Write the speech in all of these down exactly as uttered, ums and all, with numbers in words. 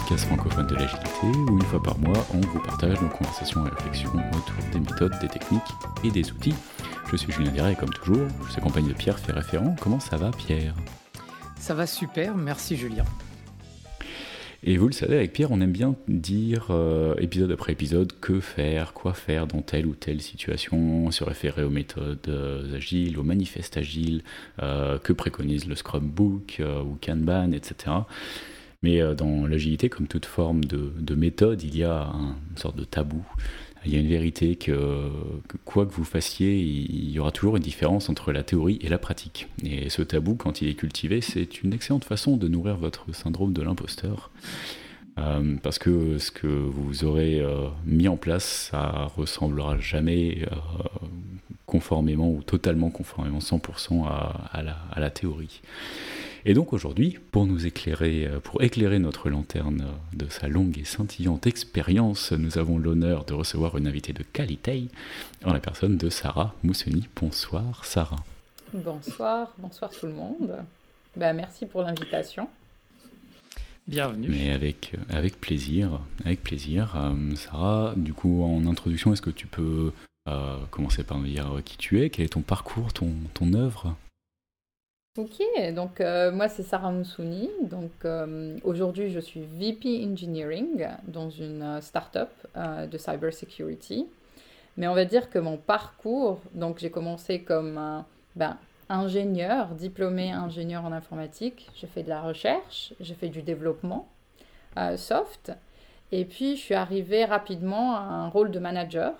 podcast francophone de l'agilité, où une fois par mois, on vous partage nos conversations et réflexions autour des méthodes, des techniques et des outils. Je suis Julien Diray et comme toujours, je suis accompagné de Pierre Ferré-Ferrand. Comment ça va, Pierre ? Ça va super, merci Julien. Et vous le savez, avec Pierre, on aime bien dire euh, épisode après épisode que faire, quoi faire dans telle ou telle situation, se référer aux méthodes euh, agiles, aux manifestes agiles, euh, que préconise le Scrum Book euh, ou Kanban, et cetera. Mais euh, dans l'agilité, comme toute forme de, de méthode, il y a un, une sorte de tabou. Il y a une vérité que, que quoi que vous fassiez, il y aura toujours une différence entre la théorie et la pratique. Et ce tabou, quand il est cultivé, c'est une excellente façon de nourrir votre syndrome de l'imposteur. Euh, parce que ce que vous aurez euh, mis en place, ça ressemblera jamais euh, conformément ou totalement conformément cent pour cent à, à, la, à la théorie. Et donc aujourd'hui, pour nous éclairer, pour éclairer notre lanterne de sa longue et scintillante expérience, nous avons l'honneur de recevoir une invitée de qualité en la personne de Sarah Mousseni. Bonsoir Sarah. Bonsoir, bonsoir tout le monde. Ben, merci pour l'invitation. Bienvenue. Mais avec, avec plaisir, avec plaisir. Euh, Sarah, du coup, en introduction, est-ce que tu peux euh, commencer par me dire qui tu es, quel est ton parcours, ton, ton œuvre ? Ok, donc euh, moi c'est Sarah Mousseni. Donc euh, aujourd'hui je suis V P Engineering dans une euh, start-up euh, de cybersecurity. Mais on va dire que mon parcours, donc j'ai commencé comme euh, ben, ingénieur, diplômé ingénieur en informatique. J'ai fait de la recherche, j'ai fait du développement euh, soft. Et puis je suis arrivée rapidement à un rôle de manager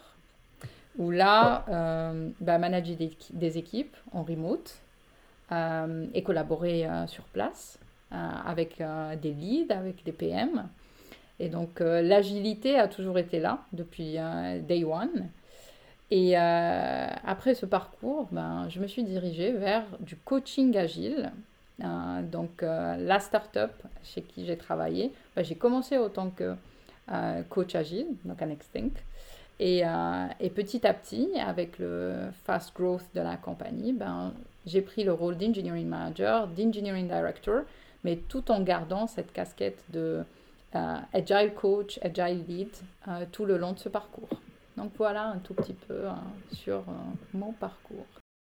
où là, euh, ben, manager des, des équipes en remote. Euh, et collaborer euh, sur place euh, avec euh, des leads, avec des P M. Et donc, euh, l'agilité a toujours été là depuis euh, day one. Et euh, après ce parcours, ben, je me suis dirigée vers du coaching agile. Euh, donc, euh, la start-up chez qui j'ai travaillé, ben, j'ai commencé en tant que euh, coach agile, donc un Extinct. Et, euh, et petit à petit, avec le fast growth de la compagnie, ben, j'ai pris le rôle d'engineering manager, d'engineering director, mais tout en gardant cette casquette de euh, agile coach, agile lead euh, tout le long de ce parcours. Donc voilà un tout petit peu euh, sur euh, mon parcours.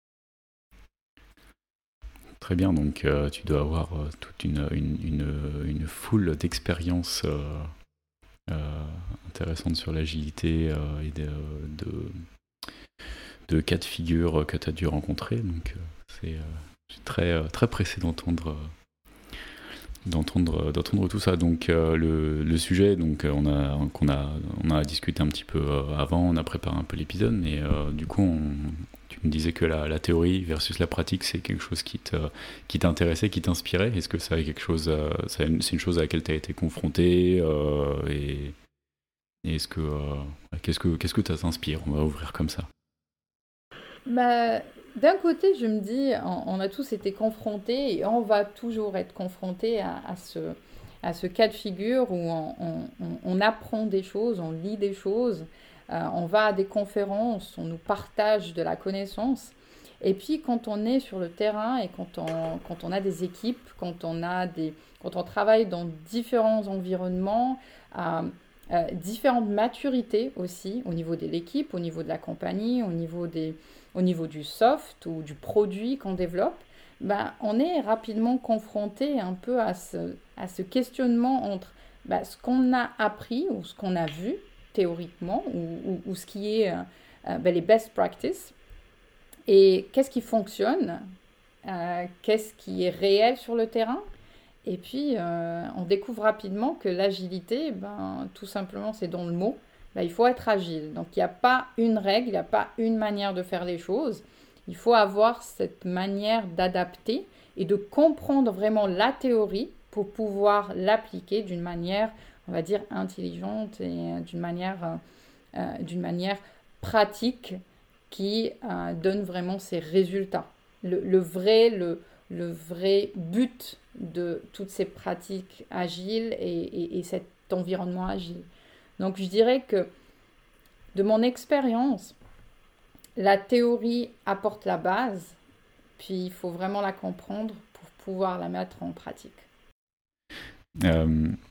Très bien, donc euh, tu dois avoir euh, toute une, une, une, une foule d'expériences euh, euh, intéressantes sur l'agilité euh, et de, de, de cas de figure que tu as dû rencontrer. Donc euh, c'est euh, très, euh, très pressé d'entendre, euh, d'entendre, d'entendre tout ça. Donc euh, le, le sujet donc, on a, qu'on a, on a discuté un petit peu euh, avant, on a préparé un peu l'épisode, mais euh, du coup on, tu me disais que la, la théorie versus la pratique, c'est quelque chose qui, te, qui t'intéressait, qui t'inspirait. Est-ce que ça est quelque chose, euh, c'est une chose à laquelle tu as été confronté euh, et, et est-ce que, euh, qu'est-ce que, qu'est-ce que ça t'inspire ? On va ouvrir comme ça. Bah, d'un côté, je me dis, on, on a tous été confrontés et on va toujours être confrontés à, à, ce, à ce cas de figure où on, on, on apprend des choses, on lit des choses. Euh, on va à des conférences, on nous partage de la connaissance. Et puis, quand on est sur le terrain et quand on, quand on a des équipes, quand on, a des, quand on travaille dans différents environnements, euh, euh, différentes maturités aussi, au niveau de l'équipe, au niveau de la compagnie, au niveau, des, au niveau du soft ou du produit qu'on développe, ben, on est rapidement confronté un peu à ce, à ce questionnement entre ben, ce qu'on a appris ou ce qu'on a vu, théoriquement, ou, ou, ou ce qui est euh, ben, les best practices, et qu'est-ce qui fonctionne, euh, qu'est-ce qui est réel sur le terrain, et puis euh, on découvre rapidement que l'agilité, ben, tout simplement c'est dans le mot, ben, il faut être agile, donc il n'y a pas une règle, il n'y a pas une manière de faire les choses, il faut avoir cette manière d'adapter et de comprendre vraiment la théorie pour pouvoir l'appliquer d'une manière, on va dire, intelligente et d'une manière, euh, d'une manière pratique qui euh, donne vraiment ses résultats. Le, le, vrai, le, le vrai but de toutes ces pratiques agiles et, et, et cet environnement agile. Donc je dirais que de mon expérience, la théorie apporte la base, puis il faut vraiment la comprendre pour pouvoir la mettre en pratique. Euh,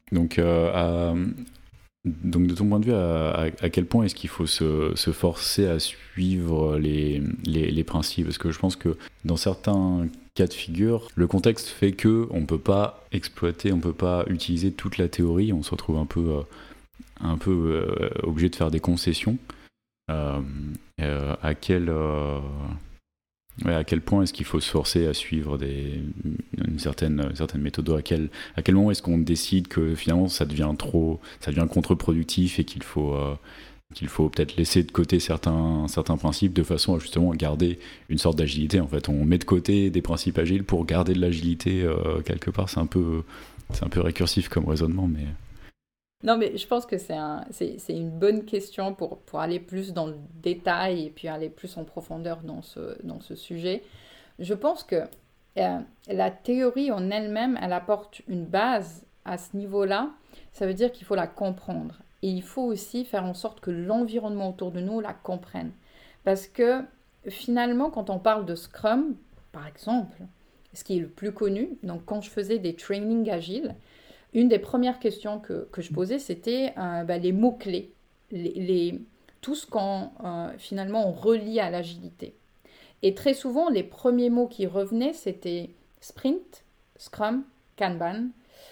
Donc, euh, à, donc, de ton point de vue, à, à, à quel point est-ce qu'il faut se, se forcer à suivre les, les, les principes? Parce que je pense que dans certains cas de figure, le contexte fait qu'on ne peut pas exploiter, on ne peut pas utiliser toute la théorie, on se retrouve un peu, euh, un peu euh, obligé de faire des concessions. Euh, euh, à quel... Euh, Ouais, à quel point est-ce qu'il faut se forcer à suivre des, une certaine, une certaine méthode? À quel, à quel moment est-ce qu'on décide que finalement ça devient trop, ça devient contre-productif et qu'il faut, euh, qu'il faut peut-être laisser de côté certains, certains principes de façon à justement garder une sorte d'agilité? En fait, on met de côté des principes agiles pour garder de l'agilité euh, quelque part. C'est un peu, c'est un peu récursif comme raisonnement, mais... Non, mais je pense que c'est un, c'est, c'est une bonne question pour, pour aller plus dans le détail et puis aller plus en profondeur dans ce, dans ce sujet. Je pense que euh, la théorie en elle-même, elle apporte une base à ce niveau-là. Ça veut dire qu'il faut la comprendre. Et il faut aussi faire en sorte que l'environnement autour de nous la comprenne. Parce que finalement, quand on parle de Scrum, par exemple, ce qui est le plus connu, donc quand je faisais des trainings agiles, une des premières questions que, que je posais, c'était euh, bah, les mots-clés, les, les, tout ce qu'on euh, finalement on relie à l'agilité. Et très souvent, les premiers mots qui revenaient, c'était sprint, scrum, kanban,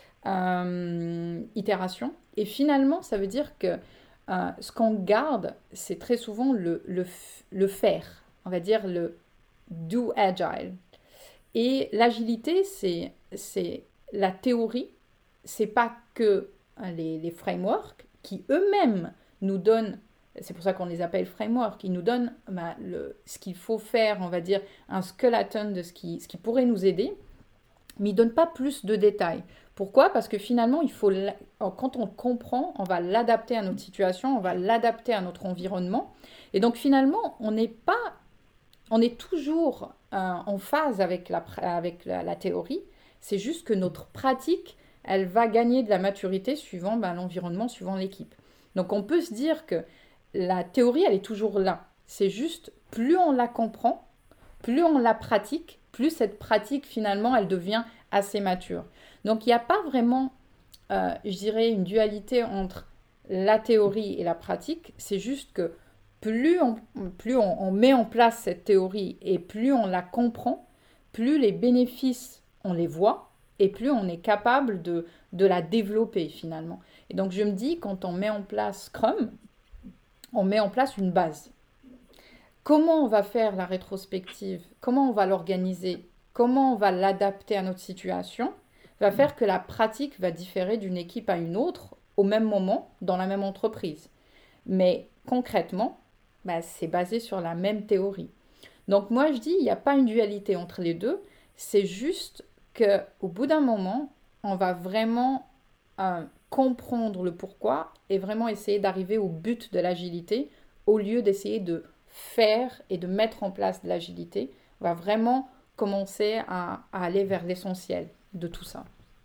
euh, itération. Et finalement, ça veut dire que euh, ce qu'on garde, c'est très souvent le, le, le faire, on va dire le do agile. Et l'agilité, c'est, c'est la théorie. C'est pas que les, les frameworks qui eux-mêmes nous donnent, c'est pour ça qu'on les appelle frameworks, ils nous donnent bah, le, ce qu'il faut faire, on va dire, un skeleton de ce qui, ce qui pourrait nous aider, mais ils ne donnent pas plus de détails. Pourquoi? Parce que finalement, il faut, quand on comprend, on va l'adapter à notre situation, on va l'adapter à notre environnement. Et donc finalement, on n'est pas, on est toujours euh, en phase avec, la, avec la, la théorie, c'est juste que notre pratique, elle va gagner de la maturité suivant ben, l'environnement, suivant l'équipe. Donc on peut se dire que la théorie, elle est toujours là. C'est juste, plus on la comprend, plus on la pratique, plus cette pratique, finalement, elle devient assez mature. Donc il n'y a pas vraiment, euh, je dirais, une dualité entre la théorie et la pratique. C'est juste que plus on, plus on, on met en place cette théorie et plus on la comprend, plus les bénéfices, on les voit, et plus on est capable de, de la développer finalement. Et donc je me dis, quand on met en place Scrum, on met en place une base. Comment on va faire la rétrospective? Comment on va l'organiser? Comment on va l'adapter à notre situation? Va faire que la pratique va différer d'une équipe à une autre au même moment, dans la même entreprise. Mais concrètement, bah, c'est basé sur la même théorie. Donc moi je dis, il n'y a pas une dualité entre les deux, c'est juste qu'au bout d'un moment, on va vraiment euh, comprendre le pourquoi et vraiment essayer d'arriver au but de l'agilité au lieu d'essayer de faire et de mettre en place de l'agilité. On va vraiment commencer à, à aller vers l'essentiel de tout ça.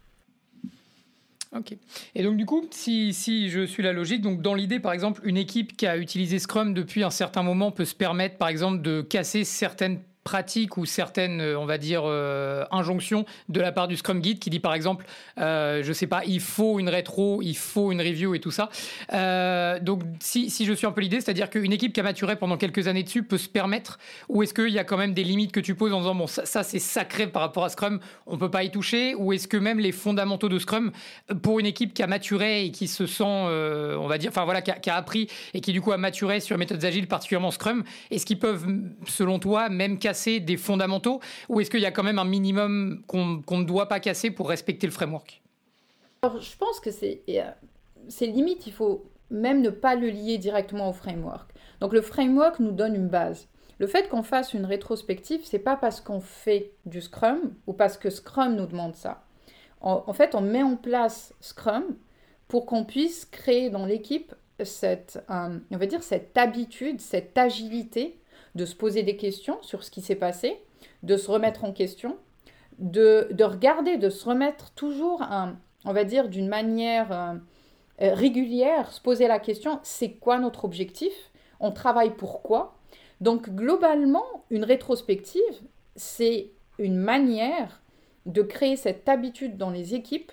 Ok. Et donc du coup, si, si je suis la logique, donc dans l'idée, par exemple, une équipe qui a utilisé Scrum depuis un certain moment peut se permettre, par exemple, de casser certaines pratiques ou certaines, on va dire, euh, injonctions de la part du Scrum Guide qui dit par exemple, euh, je sais pas, il faut une rétro, il faut une review et tout ça. Euh, donc si, si je suis un peu l'idée, c'est-à-dire qu'une équipe qui a maturé pendant quelques années dessus peut se permettre, ou est-ce qu'il y a quand même des limites que tu poses en disant, bon, ça, ça c'est sacré par rapport à Scrum, on peut pas y toucher, ou est-ce que même les fondamentaux de Scrum, pour une équipe qui a maturé et qui se sent, euh, on va dire, enfin voilà, qui a, qui a appris et qui du coup a maturé sur les méthodes agiles, particulièrement Scrum, est-ce qu'ils peuvent, selon toi, même casser des fondamentaux, ou est-ce qu'il y a quand même un minimum qu'on, qu'on ne doit pas casser pour respecter le framework? Alors, je pense que c'est, c'est limite, il faut même ne pas le lier directement au framework. Donc le framework nous donne une base. Le fait qu'on fasse une rétrospective, c'est pas parce qu'on fait du Scrum ou parce que Scrum nous demande ça. En, en fait, on met en place Scrum pour qu'on puisse créer dans l'équipe cette, euh, on va dire, cette habitude, cette agilité de se poser des questions sur ce qui s'est passé, de se remettre en question, de, de regarder, de se remettre toujours, un, on va dire, d'une manière euh, régulière, se poser la question, c'est quoi notre objectif? On travaille pour quoi? Donc, globalement, une rétrospective, c'est une manière de créer cette habitude dans les équipes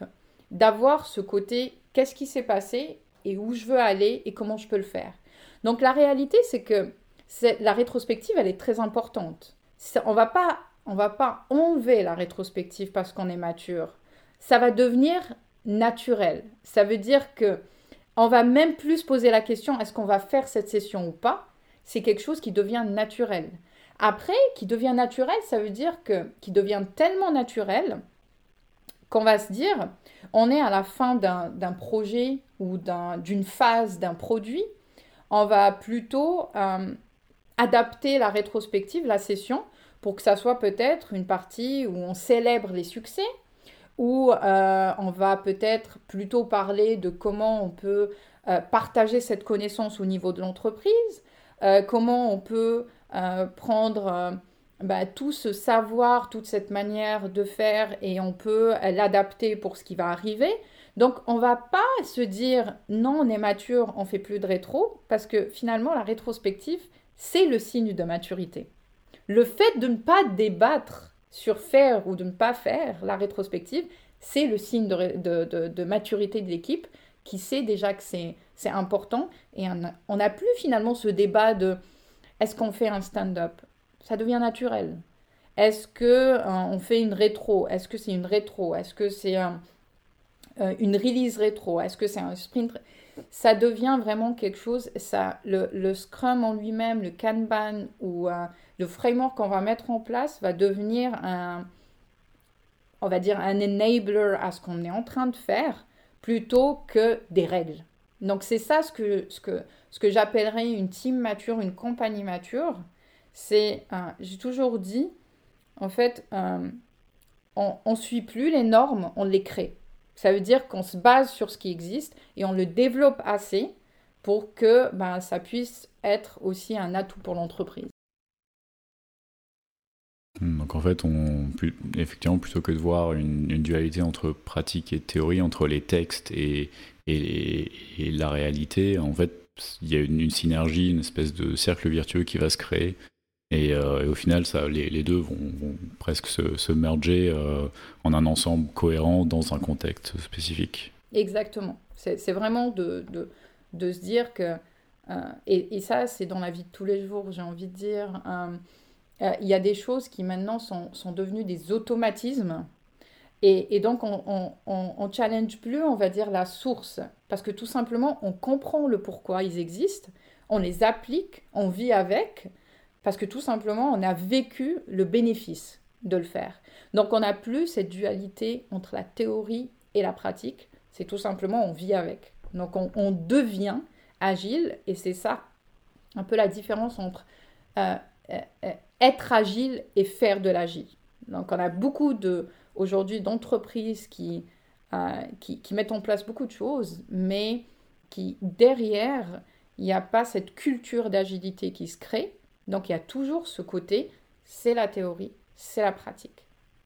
d'avoir ce côté qu'est-ce qui s'est passé et où je veux aller et comment je peux le faire. Donc la réalité, c'est que c'est, la rétrospective, elle est très importante. C'est, on va pas, on va pas enlever la rétrospective parce qu'on est mature. Ça va devenir naturel. Ça veut dire que on va même plus poser la question est-ce qu'on va faire cette session ou pas. C'est quelque chose qui devient naturel. Après, qui devient naturel, ça veut dire que qui devient tellement naturel qu'on va se dire, on est à la fin d'un, d'un projet ou d'un, d'une phase d'un produit, on va plutôt euh, adapter la rétrospective, la session, pour que ça soit peut-être une partie où on célèbre les succès, où euh, on va peut-être plutôt parler de comment on peut euh, partager cette connaissance au niveau de l'entreprise, euh, comment on peut euh, prendre... Euh, Bah, tout ce savoir, toute cette manière de faire et on peut l'adapter pour ce qui va arriver. Donc, on ne va pas se dire non, on est mature, on ne fait plus de rétro, parce que finalement, la rétrospective, c'est le signe de maturité. Le fait de ne pas débattre sur faire ou de ne pas faire la rétrospective, c'est le signe de, de, de, de maturité de l'équipe qui sait déjà que c'est, c'est important et on n'a plus finalement ce débat de est-ce qu'on fait un stand-up ? Ça devient naturel. Est-ce qu'on euh, fait une rétro ? Est-ce que c'est une rétro ? Est-ce que c'est un, euh, une release rétro ? Est-ce que c'est un sprint ? Ça devient vraiment quelque chose, ça, le, le Scrum en lui-même, le Kanban ou euh, le framework qu'on va mettre en place va devenir un, on va dire un enabler à ce qu'on est en train de faire plutôt que des règles. Donc c'est ça ce que, ce que, ce que j'appellerais une team mature, une compagnie mature. C'est, euh, j'ai toujours dit, en fait, euh, on ne suit plus les normes, on les crée. Ça veut dire qu'on se base sur ce qui existe et on le développe assez pour que ben, ça puisse être aussi un atout pour l'entreprise. Donc en fait, on, effectivement, plutôt que de voir une, une dualité entre pratique et théorie, entre les textes et, et, et la réalité, en fait, il y a une, une synergie, une espèce de cercle vertueux qui va se créer. Et, euh, et au final, ça, les, les deux vont, vont presque se, se merger euh, en un ensemble cohérent dans un contexte spécifique. Exactement. C'est, c'est vraiment de, de, de se dire que... Euh, et, et ça, c'est dans la vie de tous les jours, j'ai envie de dire. Euh, euh, il y a des choses qui maintenant sont, sont devenues des automatismes. Et, et donc, on ne challenge plus, on va dire, la source. Parce que tout simplement, on comprend le pourquoi ils existent, on les applique, on vit avec... Parce que tout simplement, on a vécu le bénéfice de le faire. Donc, on n'a plus cette dualité entre la théorie et la pratique. C'est tout simplement, on vit avec. Donc, on, on devient agile. Et c'est ça, un peu la différence entre euh, euh, être agile et faire de l'agile. Donc, on a beaucoup de, aujourd'hui d'entreprises qui, euh, qui, qui mettent en place beaucoup de choses, mais qui, derrière, il n'y a pas cette culture d'agilité qui se crée. Donc, il y a toujours ce côté, c'est la théorie, c'est la pratique.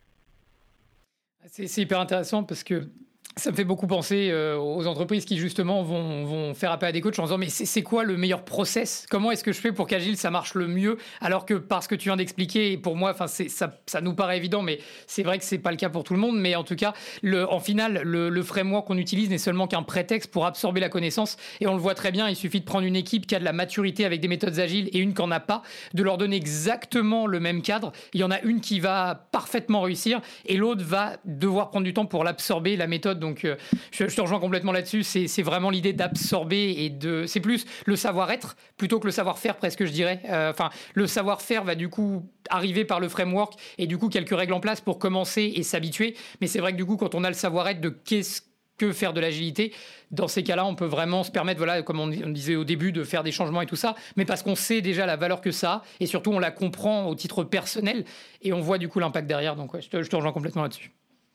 C'est, c'est hyper intéressant parce que ça me fait beaucoup penser euh, aux entreprises qui, justement, vont, vont faire appel à des coachs en disant « Mais c'est, c'est quoi le meilleur process ? Comment est-ce que je fais pour qu'Agile, ça marche le mieux ?» Alors que, parce que tu viens d'expliquer, et pour moi, c'est, ça, ça nous paraît évident, mais c'est vrai que ce n'est pas le cas pour tout le monde. Mais en tout cas, le, en final, le, le framework qu'on utilise n'est seulement qu'un prétexte pour absorber la connaissance. Et on le voit très bien, il suffit de prendre une équipe qui a de la maturité avec des méthodes agiles et une qui n'en a pas, de leur donner exactement le même cadre. Il y en a une qui va parfaitement réussir et l'autre va devoir prendre du temps pour l'absorber, la méthode. Donc, euh, je, je te rejoins complètement là-dessus. C'est, c'est vraiment l'idée d'absorber et de. C'est plus le savoir-être plutôt que le savoir-faire, presque, je dirais. Euh, Enfin, le savoir-faire va du coup arriver par le framework et du coup quelques règles en place pour commencer et s'habituer. Mais c'est vrai que du coup, quand on a le savoir-être de qu'est-ce que faire de l'agilité, dans ces cas-là, on peut vraiment se permettre, voilà, comme on disait au début, de faire des changements et tout ça, mais parce qu'on sait déjà la valeur que ça a et surtout on la comprend au titre personnel et on voit du coup l'impact derrière. Donc ouais, je te, je te rejoins complètement là-dessus.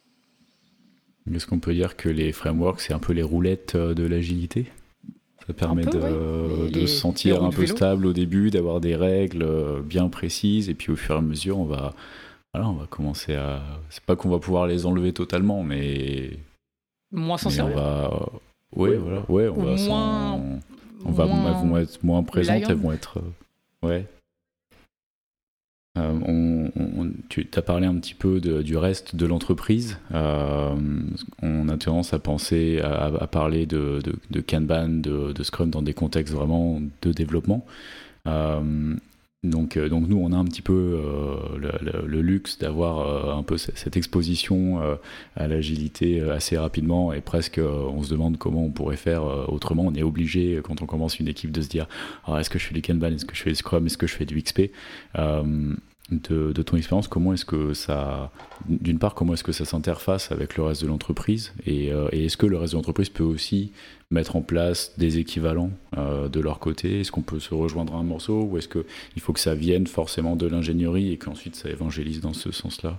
Est-ce qu'on peut dire que les frameworks, c'est un peu les roulettes de l'agilité ? Ça permet peu, de, ouais. de les, se sentir un peu stable au début, d'avoir des règles bien précises, et puis au fur et à mesure, on va, voilà, on va commencer à... C'est pas qu'on va pouvoir les enlever totalement, mais... Moins s'en servir. On va... Ouais, ouais, voilà. Ouais, on va moins... s'en... On va, moins... Elles vont être moins présentes, elles vont être... Ouais. Euh, on, on, tu as parlé un petit peu de, du reste de l'entreprise. Euh, on a tendance à penser, à, à parler de, de, de Kanban, de, de Scrum dans des contextes vraiment de développement. Euh, donc, donc nous, on a un petit peu euh, le, le, le luxe d'avoir euh, un peu cette exposition euh, à l'agilité assez rapidement, et presque euh, on se demande comment on pourrait faire euh, autrement. On est obligé, quand on commence une équipe, de se dire ah, est-ce que je fais du Kanban, est-ce que je fais du Scrum, est-ce que je fais du X P. euh, de, de ton expérience, comment est-ce que ça, d'une part, comment est-ce que ça s'interface avec le reste de l'entreprise, et, euh, et est-ce que le reste de l'entreprise peut aussi mettre en place des équivalents euh, de leur côté? Est-ce qu'on peut se rejoindre à un morceau, ou est-ce qu'il faut que ça vienne forcément de l'ingénierie et qu'ensuite ça évangélise dans ce sens-là?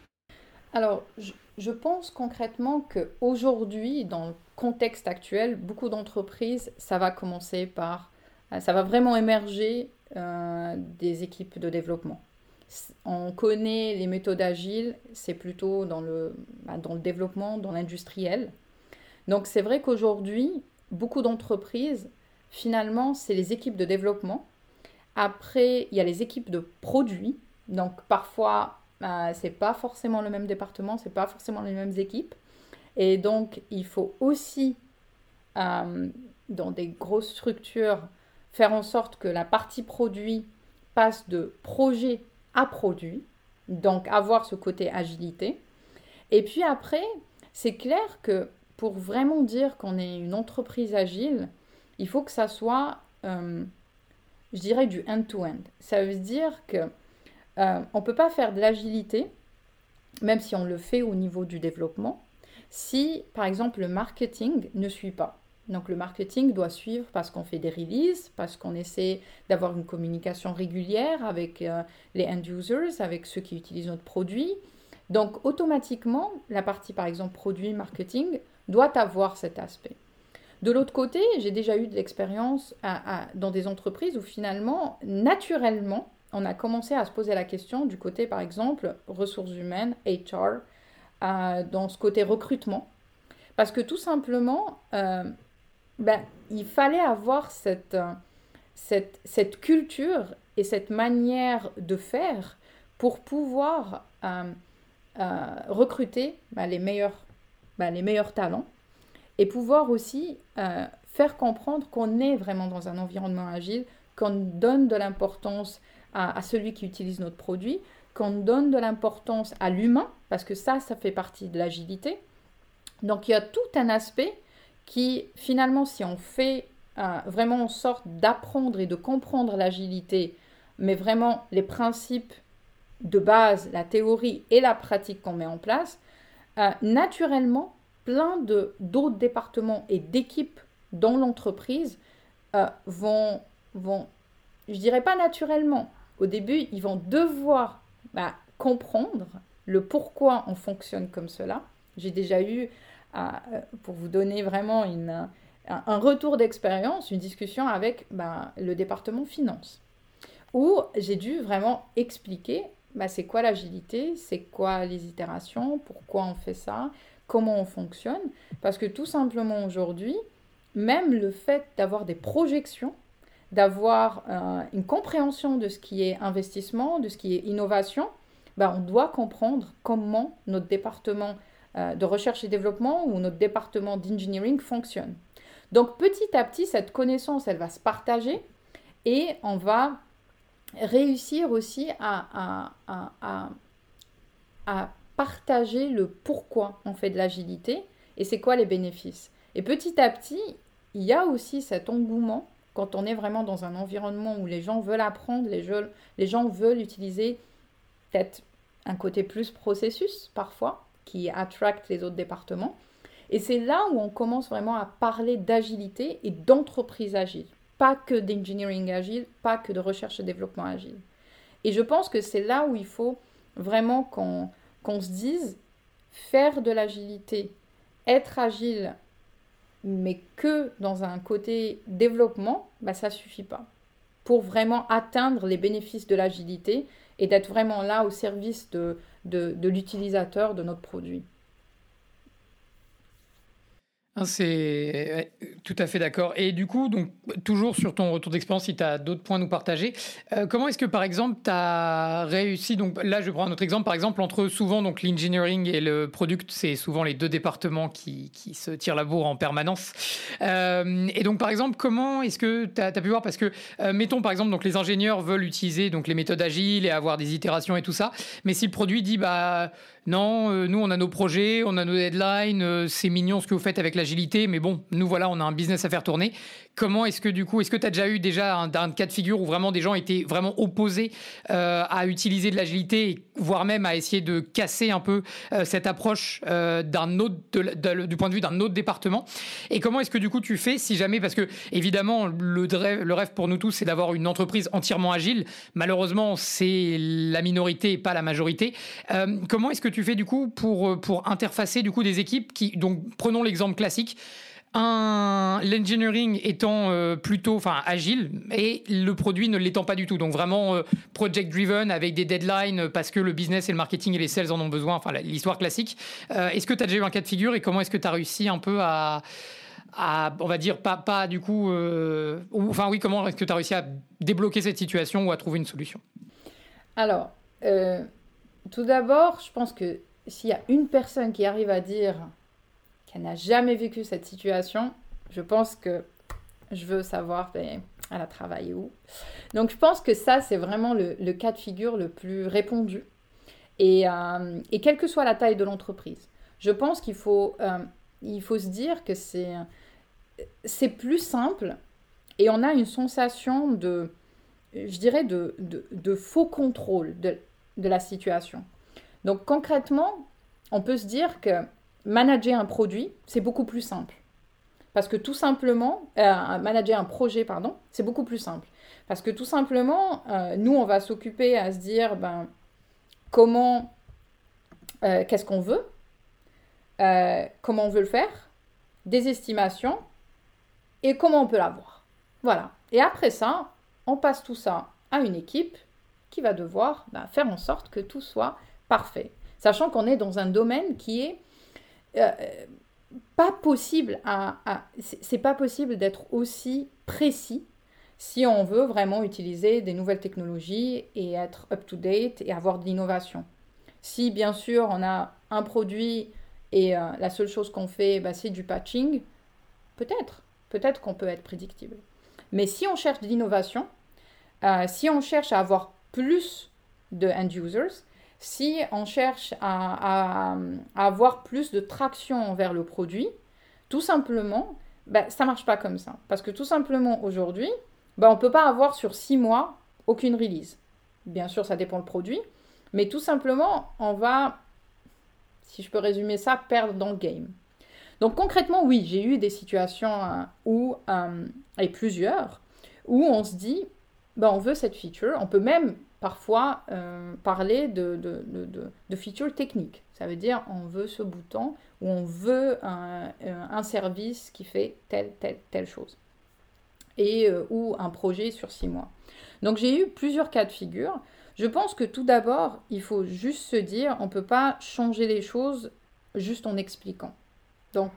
Alors, je, je pense concrètement qu'aujourd'hui, dans le contexte actuel, beaucoup d'entreprises, ça va commencer par, ça va vraiment émerger euh, des équipes de développement. On connaît les méthodes agiles, c'est plutôt dans le, bah, dans le développement, dans l'industriel. Donc c'est vrai qu'aujourd'hui, beaucoup d'entreprises, finalement, c'est les équipes de développement. Après, il y a les équipes de produits. Donc parfois, euh, c'est pas forcément le même département, c'est pas forcément les mêmes équipes. Et donc, il faut aussi, euh, dans des grosses structures, faire en sorte que la partie produit passe de projet à produit. Donc, avoir ce côté agilité. Et puis après, c'est clair que pour vraiment dire qu'on est une entreprise agile, il faut que ça soit, euh, je dirais, du end-to-end. Ça veut dire que euh, on ne peut pas faire de l'agilité, même si on le fait au niveau du développement, si, par exemple, le marketing ne suit pas. Donc le marketing doit suivre parce qu'on fait des releases, parce qu'on essaie d'avoir une communication régulière avec euh, les end-users, avec ceux qui utilisent notre produit. Donc automatiquement, la partie, par exemple, produit, marketing, doit avoir cet aspect. De l'autre côté, j'ai déjà eu de l'expérience à, à, dans des entreprises où finalement, naturellement, on a commencé à se poser la question du côté, par exemple, ressources humaines, H R, euh, dans ce côté recrutement. Parce que tout simplement, euh, ben, il fallait avoir cette, cette, cette culture et cette manière de faire pour pouvoir euh, euh, recruter ben, les, meilleurs, ben, les meilleurs talents et pouvoir aussi euh, faire comprendre qu'on est vraiment dans un environnement agile, qu'on donne de l'importance à, à celui qui utilise notre produit, qu'on donne de l'importance à l'humain, parce que ça, ça fait partie de l'agilité. Donc il y a tout un aspect qui, finalement, si on fait euh, vraiment en sorte d'apprendre et de comprendre l'agilité, mais vraiment les principes de base, la théorie et la pratique qu'on met en place, euh, naturellement, plein de, d'autres départements et d'équipes dans l'entreprise euh, vont, vont, je dirais pas naturellement, au début, ils vont devoir bah, comprendre le pourquoi on fonctionne comme cela. J'ai déjà eu, euh, pour vous donner vraiment une, un, un retour d'expérience, une discussion avec bah, le département finance, où j'ai dû vraiment expliquer bah, c'est quoi l'agilité, c'est quoi les itérations, pourquoi on fait ça, comment on fonctionne. Parce que tout simplement aujourd'hui, même le fait d'avoir des projections, d'avoir euh, une compréhension de ce qui est investissement, de ce qui est innovation, bah, on doit comprendre comment notre département euh, de recherche et développement ou notre département d'engineering fonctionne. Donc petit à petit, cette connaissance, elle va se partager et on va réussir aussi à, à, à, à, à partager le pourquoi on fait de l'agilité et c'est quoi les bénéfices. Et petit à petit, il y a aussi cet engouement quand on est vraiment dans un environnement où les gens veulent apprendre, les gens, les gens veulent utiliser peut-être un côté plus processus parfois qui attracte les autres départements. Et c'est là où on commence vraiment à parler d'agilité et d'entreprise agile. Pas que d'engineering agile, pas que de recherche et développement agile. Et je pense que c'est là où il faut vraiment qu'on, qu'on se dise, faire de l'agilité, être agile, mais que dans un côté développement, bah, ça ne suffit pas. Pour vraiment atteindre les bénéfices de l'agilité et d'être vraiment là au service de, de, de l'utilisateur de notre produit. C'est tout à fait d'accord. Et du coup, donc, toujours sur ton retour d'expérience, si tu as d'autres points à nous partager, euh, comment est-ce que, par exemple, tu as réussi, donc là, je prends un autre exemple, par exemple, entre souvent donc l'engineering et le product, c'est souvent les deux départements qui, qui se tirent la bourre en permanence. Euh, et donc, par exemple, comment est-ce que tu as pu voir, parce que, euh, mettons, par exemple, donc, les ingénieurs veulent utiliser donc, les méthodes agiles et avoir des itérations et tout ça, mais si le produit dit, bah, non, euh, nous, on a nos projets, on a nos deadlines, euh, c'est mignon ce que vous faites avec l'agilité, mais bon, nous, voilà, on a un business à faire tourner. Comment est-ce que, du coup, est-ce que tu as déjà eu déjà un, un cas de figure où vraiment des gens étaient vraiment opposés euh, à utiliser de l'agilité, voire même à essayer de casser un peu euh, cette approche euh, d'un autre, de, de, du point de vue d'un autre département? Et comment est-ce que, du coup, tu fais si jamais, parce que, évidemment, le rêve, le rêve pour nous tous, c'est d'avoir une entreprise entièrement agile. Malheureusement, c'est la minorité et pas la majorité. Euh, comment est-ce que tu fais du coup pour, pour interfacer du coup des équipes qui, donc prenons l'exemple classique, un, l'engineering étant euh, plutôt enfin, agile et le produit ne l'étant pas du tout, donc vraiment euh, project driven avec des deadlines parce que le business et le marketing et les sales en ont besoin, enfin l'histoire classique. Euh, est-ce que tu as déjà eu un cas de figure et comment est-ce que tu as réussi un peu à, à, on va dire, pas, pas du coup, euh, ou, enfin oui, comment est-ce que tu as réussi à débloquer cette situation ou à trouver une solution? Alors, euh, tout d'abord, je pense que s'il y a une personne qui arrive à dire qu'elle n'a jamais vécu cette situation, je pense que je veux savoir, ben, elle a travaillé où. Donc, je pense que ça, c'est vraiment le, le cas de figure le plus répandu. Et, euh, et quelle que soit la taille de l'entreprise, je pense qu'il faut, euh, il faut se dire que c'est, c'est plus simple et on a une sensation de, je dirais, de, de, de faux contrôle de, de la situation. Donc concrètement, on peut se dire que manager un produit, c'est beaucoup plus simple. Parce que tout simplement, euh, manager un projet, pardon, c'est beaucoup plus simple. Parce que tout simplement, euh, nous, on va s'occuper à se dire, ben, comment, euh, qu'est-ce qu'on veut, euh, comment on veut le faire, des estimations, et comment on peut l'avoir. Voilà. Et après ça, on passe tout ça à une équipe qui va devoir ben, faire en sorte que tout soit parfait. Sachant qu'on est dans un domaine qui est euh, pas possible à, à c'est, c'est pas possible d'être aussi précis si on veut vraiment utiliser des nouvelles technologies et être up-to-date et avoir de l'innovation. Si bien sûr on a un produit et euh, la seule chose qu'on fait, bah, c'est du patching, peut-être, peut-être qu'on peut être prédictible. Mais si on cherche de l'innovation, euh, si on cherche à avoir plus de end-users, si on cherche à, à, à avoir plus de traction vers le produit, tout simplement, bah, ça ne marche pas comme ça. Parce que tout simplement, aujourd'hui, bah, on ne peut pas avoir sur six mois aucune release. Bien sûr, ça dépend du produit, mais tout simplement, on va, si je peux résumer ça, perdre dans le game. Donc concrètement, oui, j'ai eu des situations euh, où, euh, et plusieurs, où on se dit, bah, on veut cette feature, on peut même parfois euh, parler de, de, de, de, de feature technique. Ça veut dire on veut ce bouton ou on veut un, un service qui fait telle, telle, telle chose. Et, euh, ou un projet sur six mois. Donc j'ai eu plusieurs cas de figure. Je pense que tout d'abord, il faut juste se dire, on ne peut pas changer les choses juste en expliquant. Donc,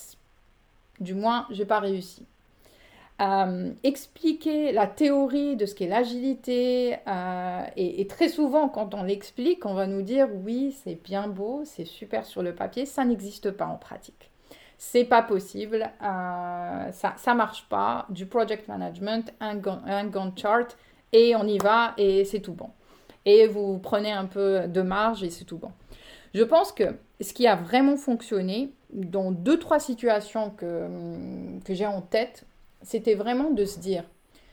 du moins, je n'ai pas réussi. Euh, expliquer la théorie de ce qu'est l'agilité, euh, et, et très souvent, quand on l'explique, on va nous dire, oui, c'est bien beau, c'est super sur le papier, ça n'existe pas en pratique. C'est pas possible, euh, ça ça marche pas, du project management, un, un Gantt chart, et on y va, et c'est tout bon. Et vous prenez un peu de marge, et c'est tout bon. Je pense que ce qui a vraiment fonctionné, dans deux, trois situations que, que j'ai en tête, c'était vraiment de se dire,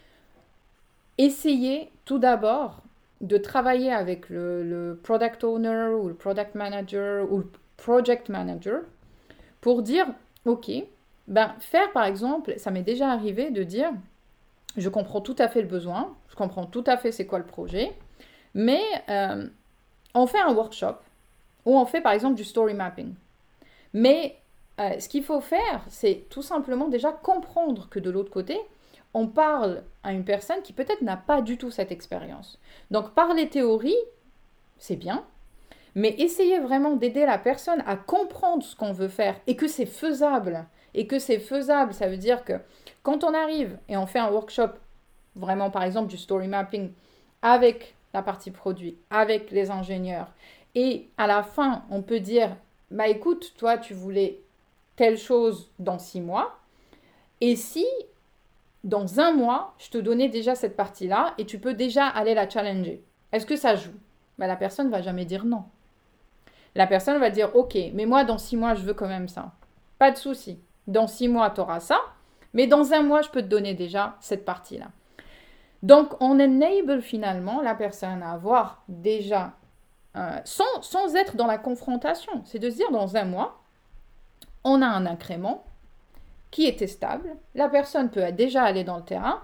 essayez tout d'abord de travailler avec le, le product owner, ou le product manager, ou le project manager, pour dire, ok, ben faire par exemple, ça m'est déjà arrivé de dire, je comprends tout à fait le besoin, je comprends tout à fait c'est quoi le projet, mais euh, on fait un workshop, où on fait par exemple du story mapping. Mais euh, ce qu'il faut faire, c'est tout simplement déjà comprendre que de l'autre côté, on parle à une personne qui peut-être n'a pas du tout cette expérience. Donc parler théorie, c'est bien, mais essayer vraiment d'aider la personne à comprendre ce qu'on veut faire et que c'est faisable et que c'est faisable. Ça veut dire que quand on arrive et on fait un workshop, vraiment par exemple du story mapping, avec la partie produit, avec les ingénieurs, et à la fin, on peut dire, bah écoute, toi, tu voulais telle chose dans six mois, et si dans un mois, je te donnais déjà cette partie-là, et tu peux déjà aller la challenger. Est-ce que ça joue? Bah, la personne ne va jamais dire non. La personne va dire, ok, mais moi, dans six mois, je veux quand même ça. Pas de souci. Dans six mois, tu auras ça, mais dans un mois, je peux te donner déjà cette partie-là. Donc, on enable finalement la personne à avoir déjà, euh, sans, sans être dans la confrontation, c'est de se dire, dans un mois, on a un incrément qui est testable, la personne peut déjà aller dans le terrain,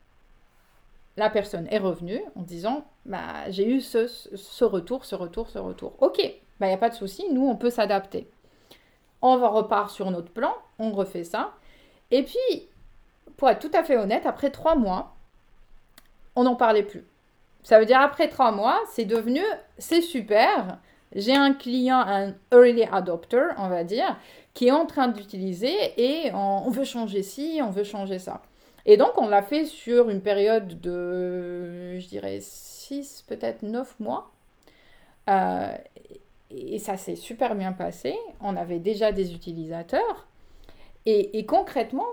la personne est revenue en disant, bah, j'ai eu ce, ce retour, ce retour, ce retour. Ok, bah, il n'y a pas de souci, nous, on peut s'adapter. On va repart sur notre plan, on refait ça. Et puis, pour être tout à fait honnête, après trois mois, on n'en parlait plus. Ça veut dire, après trois mois, c'est devenu, c'est super, j'ai un client, un early adopter, on va dire, qui est en train d'utiliser et on, on veut changer ci, on veut changer ça. Et donc, on l'a fait sur une période de, je dirais, six, peut-être neuf mois. Euh, et ça s'est super bien passé. On avait déjà des utilisateurs. Et, et concrètement,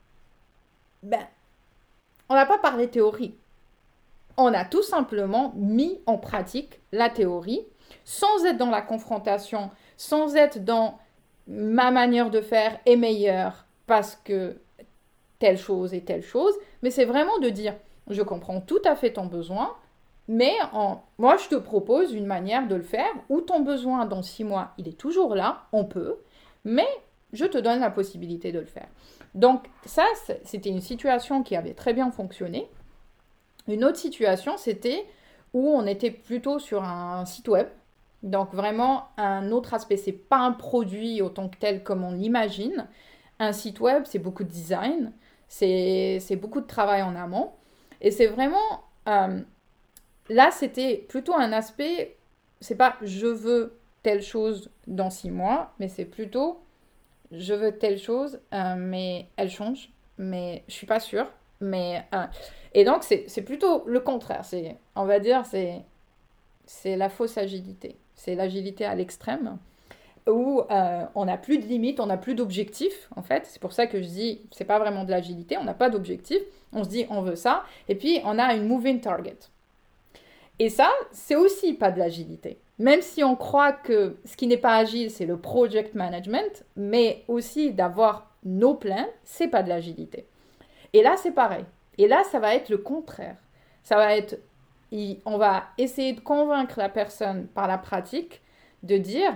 ben, on n'a pas parlé théorie. On a tout simplement mis en pratique la théorie sans être dans la confrontation, sans être dans ma manière de faire est meilleure parce que telle chose et telle chose, mais c'est vraiment de dire, je comprends tout à fait ton besoin, mais en, moi je te propose une manière de le faire où ton besoin dans six mois, il est toujours là, on peut, mais je te donne la possibilité de le faire. Donc ça, c'était une situation qui avait très bien fonctionné. Une autre situation, c'était où on était plutôt sur un site web. Donc vraiment, un autre aspect, c'est pas un produit autant que tel comme on l'imagine. Un site web, c'est beaucoup de design, c'est, c'est beaucoup de travail en amont. Et c'est vraiment... Euh, là, c'était plutôt un aspect, c'est pas je veux telle chose dans six mois, mais c'est plutôt je veux telle chose, euh, mais elle change, mais je suis pas sûre. Mais, euh, et donc, c'est, c'est plutôt le contraire. C'est, on va dire, c'est, c'est la fausse agilité. C'est l'agilité à l'extrême, où euh, on n'a plus de limites, on n'a plus d'objectifs, en fait. C'est pour ça que je dis, c'est pas vraiment de l'agilité, on n'a pas d'objectif. On se dit, on veut ça, et puis on a une moving target. Et ça, c'est aussi pas de l'agilité. Même si on croit que ce qui n'est pas agile, c'est le project management, mais aussi d'avoir nos plans, c'est pas de l'agilité. Et là, c'est pareil. Et là, ça va être le contraire. Ça va être, on va essayer de convaincre la personne par la pratique de dire,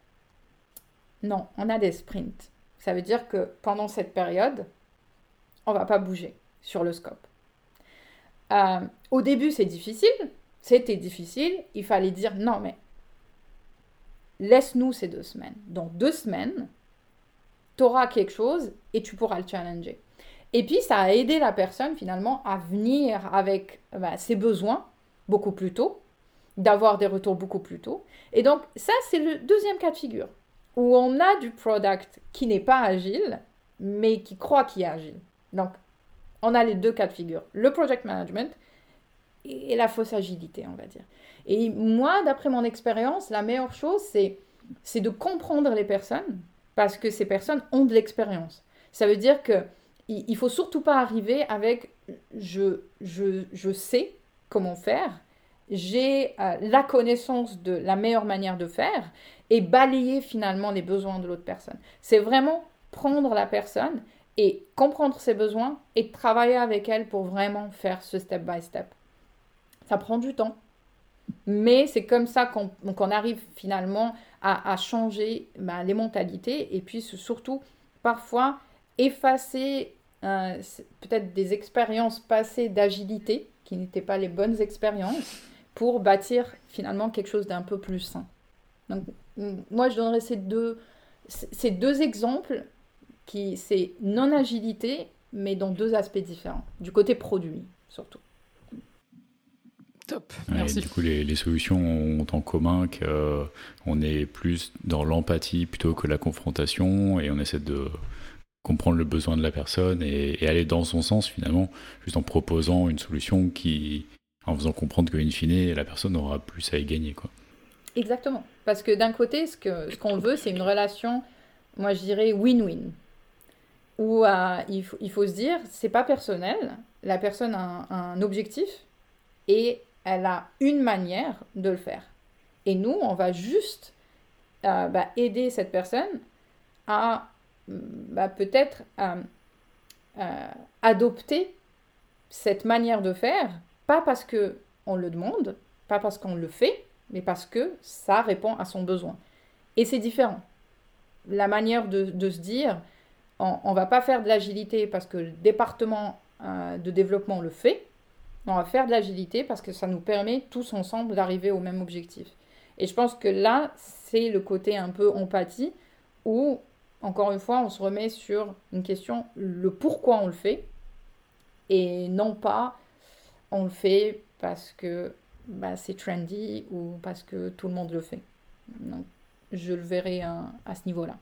non, on a des sprints. Ça veut dire que pendant cette période, on va pas bouger sur le scope. Euh, au début, c'est difficile. C'était difficile. Il fallait dire, non, mais laisse-nous ces deux semaines. Dans deux semaines, tu auras quelque chose et tu pourras le challenger. Et puis, ça a aidé la personne, finalement, à venir avec bah, ses besoins beaucoup plus tôt, d'avoir des retours beaucoup plus tôt. Et donc, ça, c'est le deuxième cas de figure, où on a du product qui n'est pas agile, mais qui croit qu'il est agile. Donc, on a les deux cas de figure, le project management et la fausse agilité, on va dire. Et moi, d'après mon expérience, la meilleure chose, c'est, c'est de comprendre les personnes, parce que ces personnes ont de l'expérience. Ça veut dire que il ne faut surtout pas arriver avec je, je, je sais comment faire, j'ai euh, la connaissance de la meilleure manière de faire et balayer finalement les besoins de l'autre personne. C'est vraiment prendre la personne et comprendre ses besoins et travailler avec elle pour vraiment faire ce step by step. Ça prend du temps, mais c'est comme ça qu'on, qu'on arrive finalement à, à changer bah, les mentalités et puis surtout parfois effacer Euh, peut-être des expériences passées d'agilité qui n'étaient pas les bonnes expériences pour bâtir finalement quelque chose d'un peu plus sain. Donc moi je donnerais ces deux, ces deux exemples qui c'est non-agilité mais dans deux aspects différents, du côté produit surtout. Top, ouais, merci. Du coup les, les solutions ont en commun qu'on est plus dans l'empathie plutôt que la confrontation et on essaie de comprendre le besoin de la personne et, et aller dans son sens finalement, juste en proposant une solution qui, en faisant comprendre qu'in fine, la personne aura plus à y gagner, quoi. Exactement. Parce que d'un côté, ce que, ce qu'on veut, c'est une relation, moi je dirais win-win. Où euh, il faut, il faut se dire, c'est pas personnel, la personne a un, un objectif et elle a une manière de le faire. Et nous, on va juste euh, bah, aider cette personne à bah, peut-être euh, euh, adopter cette manière de faire, pas parce qu'on le demande, pas parce qu'on le fait, mais parce que ça répond à son besoin. Et c'est différent. La manière de, de se dire, on ne va pas faire de l'agilité parce que le département euh, de développement le fait, on va faire de l'agilité parce que ça nous permet tous ensemble d'arriver au même objectif. Et je pense que là, c'est le côté un peu empathie où, encore une fois, on se remet sur une question, le pourquoi on le fait, et non pas on le fait parce que bah, c'est trendy ou parce que tout le monde le fait. Donc, je le verrai à, à ce niveau-là.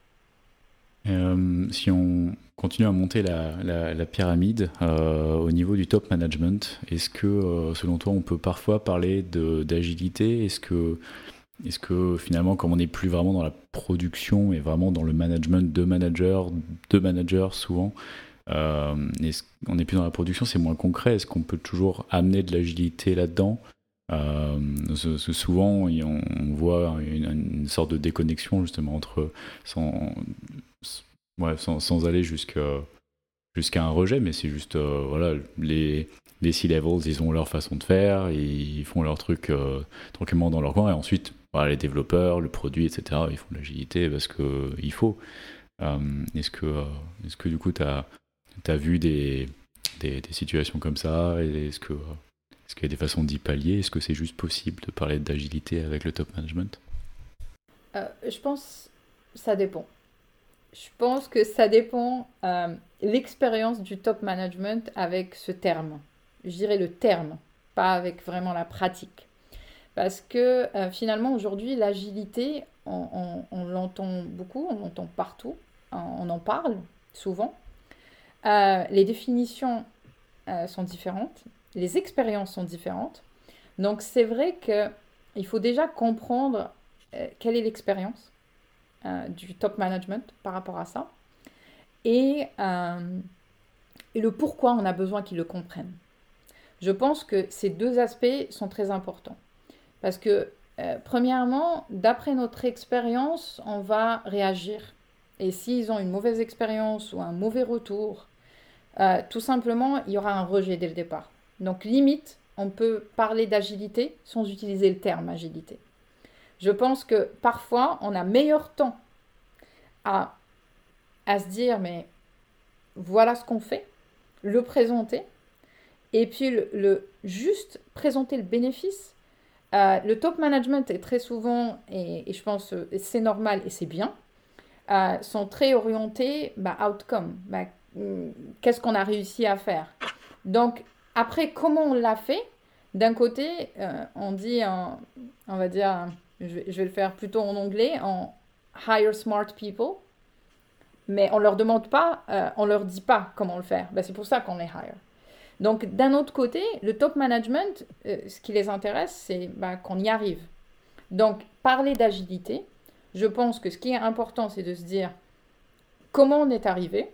Euh, si on continue à monter la, la, la pyramide euh, au niveau du top management, est-ce que, euh, selon toi, on peut parfois parler de, d'agilité ? Est-ce que, est-ce que finalement, comme on n'est plus vraiment dans la production et vraiment dans le management de managers, de managers souvent, euh, est-ce qu'on n'est plus dans la production, c'est moins concret. Est-ce qu'on peut toujours amener de l'agilité là-dedans ? Euh, souvent, on, on voit une, une sorte de déconnexion justement entre sans, ouais, sans, sans aller jusqu'à jusqu'à un rejet, mais c'est juste euh, voilà, les les C-levels, ils ont leur façon de faire, ils font leur truc euh, tranquillement dans leur coin, et ensuite voilà, les développeurs, le produit, et cetera, ils font de l'agilité parce que il faut. Euh, est-ce que euh, est-ce que du coup tu as t'as vu des, des, des situations comme ça, et est-ce que est-ce qu'il y a des façons d'y pallier ? Est-ce que c'est juste possible de parler d'agilité avec le top management ? euh, Je pense que ça dépend. Je pense que ça dépend euh, l'expérience du top management avec ce terme. Je dirais le terme, pas avec vraiment la pratique. Parce que euh, finalement, aujourd'hui, l'agilité, on, on, on l'entend beaucoup, on l'entend partout, on, on en parle souvent. Euh, les définitions euh, sont différentes, les expériences sont différentes. Donc, c'est vrai qu'il faut déjà comprendre euh, quelle est l'expérience euh, du top management par rapport à ça et, euh, et le pourquoi on a besoin qu'ils le comprennent. Je pense que ces deux aspects sont très importants. Parce que, euh, premièrement, d'après notre expérience, on va réagir. Et s'ils ont une mauvaise expérience ou un mauvais retour, euh, tout simplement, il y aura un rejet dès le départ. Donc, limite, on peut parler d'agilité sans utiliser le terme agilité. Je pense que parfois, on a meilleur temps à, à se dire, mais voilà ce qu'on fait, le présenter, et puis le, le juste présenter le bénéfice. Euh, le top management est très souvent, et, et je pense que c'est normal et c'est bien, euh, sont très orientés bah, outcome. Bah, qu'est-ce qu'on a réussi à faire? Donc, après, comment on l'a fait? D'un côté, euh, on dit, en, on va dire, je vais, je vais le faire plutôt en anglais, en hire smart people, mais on ne leur demande pas, euh, on leur dit pas comment le faire. Bah, c'est pour ça qu'on les hire. Donc, d'un autre côté, le top management, euh, ce qui les intéresse, c'est bah, qu'on y arrive. Donc, parler d'agilité, je pense que ce qui est important, c'est de se dire comment on est arrivé.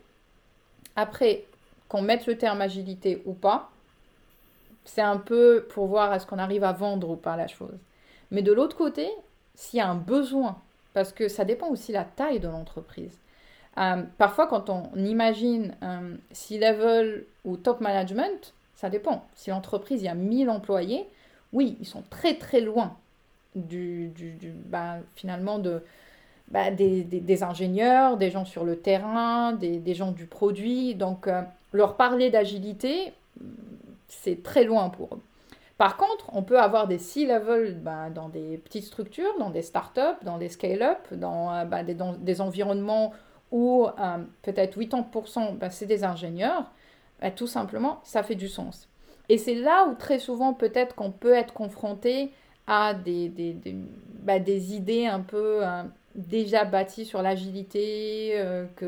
Après, qu'on mette le terme agilité ou pas, c'est un peu pour voir est-ce qu'on arrive à vendre ou pas la chose. Mais de l'autre côté, s'il y a un besoin, parce que ça dépend aussi de la taille de l'entreprise. Euh, parfois, quand on imagine euh, C-level ou top management, ça dépend. Si l'entreprise, il y a mille employés, oui, ils sont très très loin du, du, du bah, finalement de, bah, des, des, des ingénieurs, des gens sur le terrain, des, des gens du produit. Donc, euh, leur parler d'agilité, c'est très loin pour eux. Par contre, on peut avoir des C-level bah, dans des petites structures, dans des startups, dans des scale-up, dans, euh, bah, des, dans des environnements où euh, peut-être quatre-vingts pour cent bah, c'est des ingénieurs. Bah, tout simplement, ça fait du sens. Et c'est là où très souvent peut-être qu'on peut être confronté à des, des, des, bah, des idées un peu euh, déjà bâties sur l'agilité, euh, que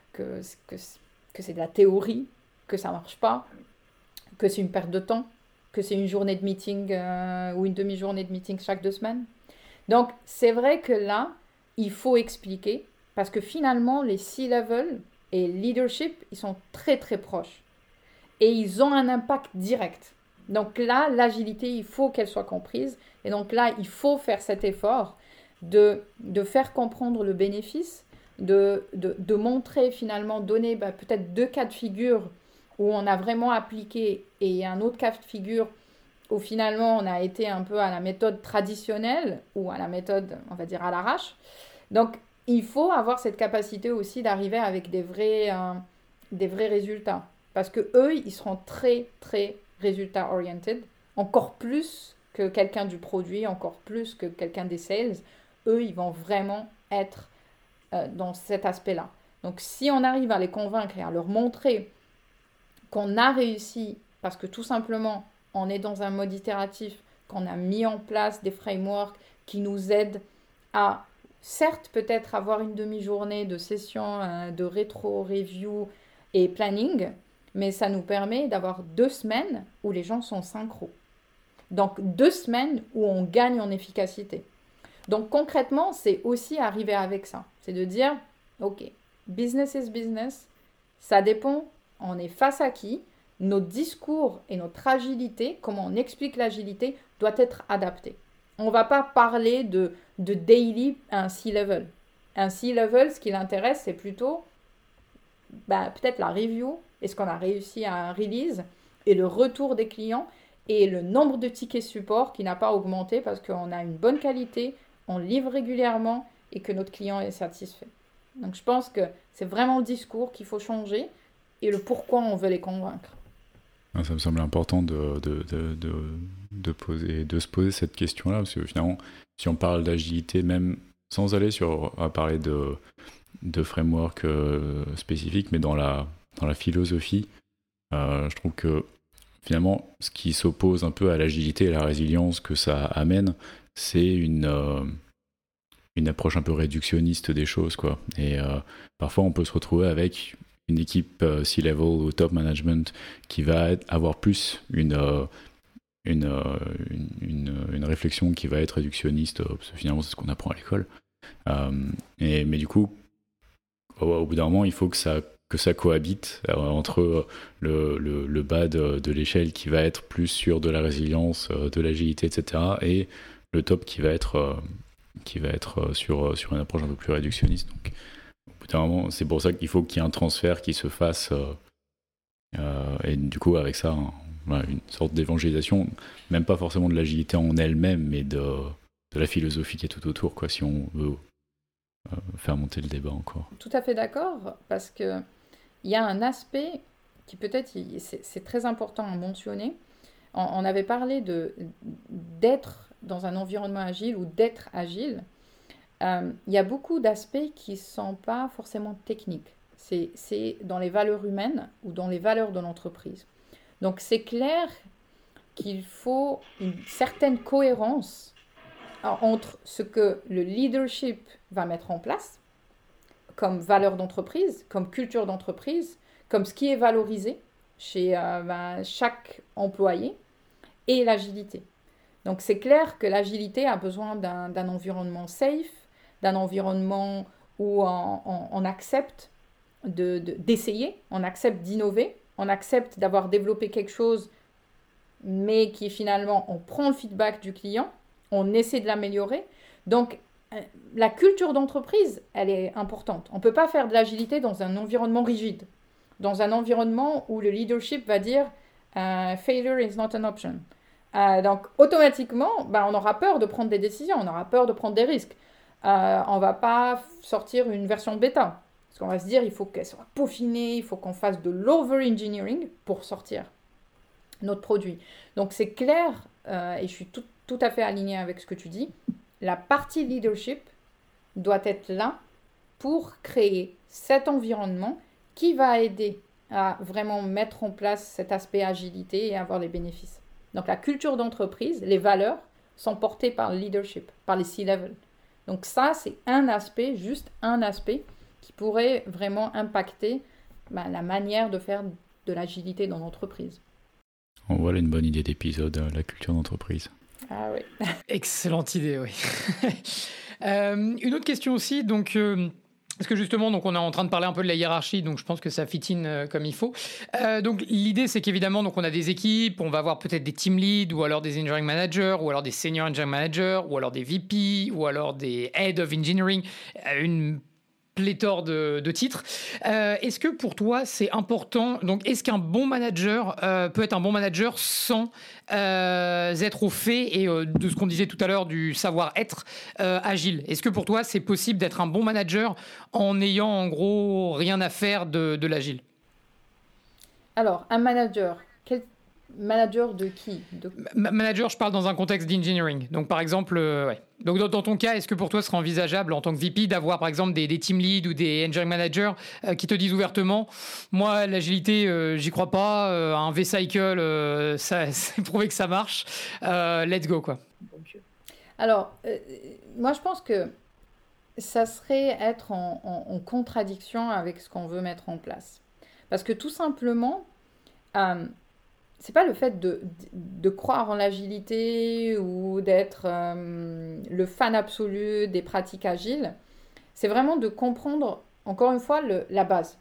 que, que, que c'est de la théorie, que ça ne marche pas, que c'est une perte de temps, que c'est une journée de meeting euh, ou une demi-journée de meeting chaque deux semaines. Donc, c'est vrai que là, il faut expliquer parce que finalement, les C-level et leadership, ils sont très, très proches et ils ont un impact direct. Donc là, l'agilité, il faut qu'elle soit comprise. Et donc là, il faut faire cet effort de, de faire comprendre le bénéfice, de, de, de montrer finalement, donner bah, peut-être deux cas de figure où on a vraiment appliqué et un autre cas de figure où finalement on a été un peu à la méthode traditionnelle ou à la méthode, on va dire, à l'arrache. Donc, il faut avoir cette capacité aussi d'arriver avec des vrais, euh, des vrais résultats. Parce qu'eux, ils seront très, très résultat-oriented, encore plus que quelqu'un du produit, encore plus que quelqu'un des sales. Eux, ils vont vraiment être euh, dans cet aspect-là. Donc, si on arrive à les convaincre et à leur montrer qu'on a réussi, parce que tout simplement, on est dans un mode itératif, qu'on a mis en place des frameworks qui nous aident à, certes, peut-être avoir une demi-journée de session euh, de rétro-review et planning, mais ça nous permet d'avoir deux semaines où les gens sont synchro. Donc, deux semaines où on gagne en efficacité. Donc, concrètement, c'est aussi arriver avec ça. C'est de dire, OK, business is business, ça dépend, on est face à qui, notre discours et notre agilité, comment on explique l'agilité, doit être adapté. On ne va pas parler de, de daily à un C-level. Un C-level, ce qui l'intéresse, c'est plutôt bah, peut-être la review, est-ce qu'on a réussi à release, et le retour des clients, et le nombre de tickets support qui n'a pas augmenté parce qu'on a une bonne qualité, on livre régulièrement et que notre client est satisfait. Donc je pense que c'est vraiment le discours qu'il faut changer et le pourquoi on veut les convaincre. Ça me semble important de, de, de, de, de, poser, de se poser cette question-là, parce que finalement, si on parle d'agilité, même sans aller sur, à parler de, de framework euh, spécifique, mais dans la, dans la philosophie, euh, je trouve que finalement, ce qui s'oppose un peu à l'agilité et à la résilience que ça amène, c'est une, euh, une approche un peu réductionniste des choses, quoi. Et euh, parfois, on peut se retrouver avec une équipe euh, C-level ou top management qui va être, avoir plus une, euh, une, euh, une, une, une réflexion qui va être réductionniste, euh, parce que finalement, c'est ce qu'on apprend à l'école. Euh, et, mais du coup, au, au bout d'un moment, il faut que ça que ça cohabite euh, entre le, le, le bas de, de l'échelle qui va être plus sur de la résilience, euh, de l'agilité, et cetera, et le top qui va être, euh, qui va être sur, sur une approche un peu plus réductionniste. Donc, au bout d'un moment, c'est pour ça qu'il faut qu'il y ait un transfert qui se fasse, euh, euh, et du coup, avec ça, un, voilà, une sorte d'évangélisation, même pas forcément de l'agilité en elle-même, mais de, de la philosophie qui est tout autour, quoi, si on veut euh, faire monter le débat encore. Tout à fait d'accord, parce que il y a un aspect qui peut-être, c'est, c'est très important à mentionner. On, on avait parlé de, d'être dans un environnement agile ou d'être agile. Euh, il y a beaucoup d'aspects qui ne sont pas forcément techniques. C'est, c'est dans les valeurs humaines ou dans les valeurs de l'entreprise. Donc c'est clair qu'il faut une certaine cohérence entre ce que le leadership va mettre en place comme valeur d'entreprise, comme culture d'entreprise, comme ce qui est valorisé chez euh, ben, chaque employé, et l'agilité. Donc c'est clair que l'agilité a besoin d'un, d'un environnement safe, d'un environnement où on, on, on accepte de, de, d'essayer, on accepte d'innover, on accepte d'avoir développé quelque chose, mais qui finalement, on prend le feedback du client, on essaie de l'améliorer. Donc, la culture d'entreprise, elle est importante. On ne peut pas faire de l'agilité dans un environnement rigide, dans un environnement où le leadership va dire uh, « failure is not an option uh, ». Donc, automatiquement, ben, on aura peur de prendre des décisions, on aura peur de prendre des risques. Uh, on ne va pas sortir une version bêta, parce qu'on va se dire il faut qu'elle soit peaufinée, il faut qu'on fasse de l'over-engineering pour sortir notre produit. Donc, c'est clair, euh, et je suis tout, tout à fait alignée avec ce que tu dis, la partie leadership doit être là pour créer cet environnement qui va aider à vraiment mettre en place cet aspect agilité et avoir les bénéfices. Donc la culture d'entreprise, les valeurs sont portées par le leadership, par les C-level. Donc ça, c'est un aspect, juste un aspect qui pourraient vraiment impacter bah, la manière de faire de l'agilité dans l'entreprise. Voilà une bonne idée d'épisode, euh, la culture d'entreprise. Ah oui. Excellente idée, oui. euh, une autre question aussi, donc... Euh... Parce que justement, donc on est en train de parler un peu de la hiérarchie, donc je pense que ça fit in euh, comme il faut. Euh, donc l'idée, c'est qu'évidemment, donc on a des équipes, on va avoir peut-être des team leads, ou alors des engineering managers, ou alors des senior engineering managers, ou alors des V P, ou alors des head of engineering, une pléthore de, de titres. Euh, est-ce que pour toi, c'est important, donc est-ce qu'un bon manager euh, peut être un bon manager sans euh, être au fait et euh, de ce qu'on disait tout à l'heure du savoir-être euh, agile? Est-ce que pour toi, c'est possible d'être un bon manager en n'ayant en gros rien à faire de, de l'agile? Alors, un manager, quel manager de qui de... Ma- Manager, je parle dans un contexte d'engineering. Donc par exemple, euh, ouais. Donc dans, dans ton cas, est-ce que pour toi, ce serait envisageable en tant que V P d'avoir par exemple des, des team leads ou des engineering managers euh, qui te disent ouvertement, moi l'agilité, euh, j'y crois pas, euh, un V-cycle, euh, ça, c'est prouvé que ça marche, euh, let's go quoi. Alors, euh, moi je pense que ça serait être en, en- en contradiction avec ce qu'on veut mettre en place. Parce que tout simplement, euh, c'est pas le fait de, de croire en l'agilité ou d'être euh, le fan absolu des pratiques agiles. C'est vraiment de comprendre, encore une fois, le- la base,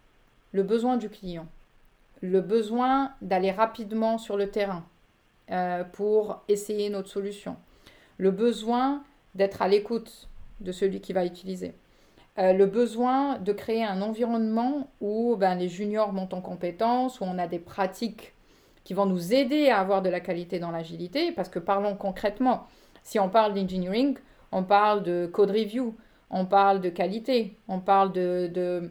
le besoin du client, le besoin d'aller rapidement sur le terrain euh, pour essayer notre solution, le besoin d'être à l'écoute de celui qui va utiliser, euh, le besoin de créer un environnement où ben, les juniors montent en compétences, où on a des pratiques qui vont nous aider à avoir de la qualité dans l'agilité, parce que parlons concrètement, si on parle d'engineering, on parle de code review, on parle de qualité, on parle de, de,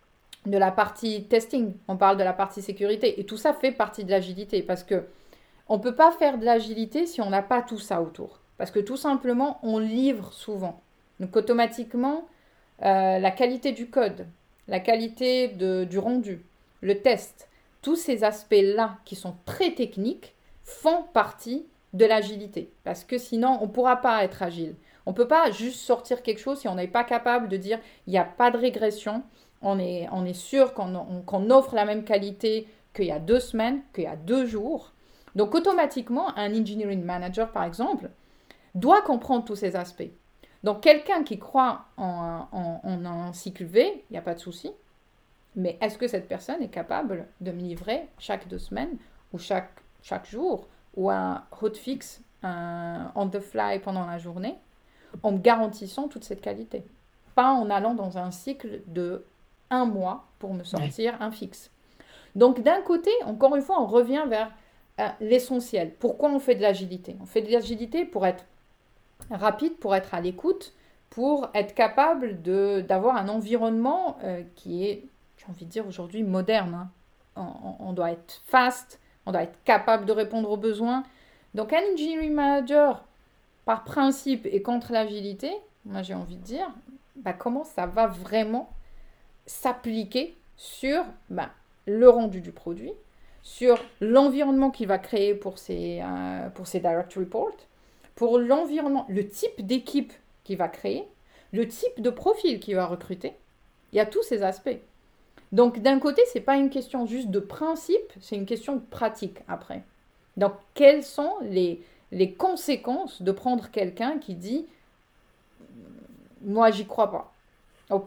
de la partie testing, on parle de la partie sécurité, et tout ça fait partie de l'agilité, parce que on ne peut pas faire de l'agilité si on n'a pas tout ça autour, parce que tout simplement, on livre souvent. Donc automatiquement, euh, la qualité du code, la qualité de, du rendu, le test, tous ces aspects-là qui sont très techniques font partie de l'agilité. Parce que sinon, on ne pourra pas être agile. On ne peut pas juste sortir quelque chose si on n'est pas capable de dire il n'y a pas de régression, on est, on est sûr qu'on on, qu'on offre la même qualité qu'il y a deux semaines, qu'il y a deux jours. Donc automatiquement, un engineering manager, par exemple, doit comprendre tous ces aspects. Donc quelqu'un qui croit en, en, en un cycle V, il n'y a pas de souci. Mais est-ce que cette personne est capable de me livrer chaque deux semaines ou chaque, chaque jour ou un hotfix, un on the fly pendant la journée, en me garantissant toute cette qualité? Pas en allant dans un cycle de un mois pour me sortir un fixe. Donc d'un côté, encore une fois, on revient vers euh, l'essentiel. Pourquoi on fait de l'agilité? On fait de l'agilité pour être rapide, pour être à l'écoute, pour être capable de, d'avoir un environnement euh, qui est, j'ai envie de dire aujourd'hui, moderne. Hein. On, on doit être fast, on doit être capable de répondre aux besoins. Donc un engineering manager, par principe, est contre l'agilité. Moi, j'ai envie de dire, bah, comment ça va vraiment s'appliquer sur bah, le rendu du produit, sur l'environnement qu'il va créer pour ses, euh, pour ses direct reports, pour l'environnement, le type d'équipe qu'il va créer, le type de profil qu'il va recruter. Il y a tous ces aspects. Donc, d'un côté, ce n'est pas une question juste de principe, c'est une question de pratique après. Donc, quelles sont les, les conséquences de prendre quelqu'un qui dit « Moi, j'y crois pas ». Ok,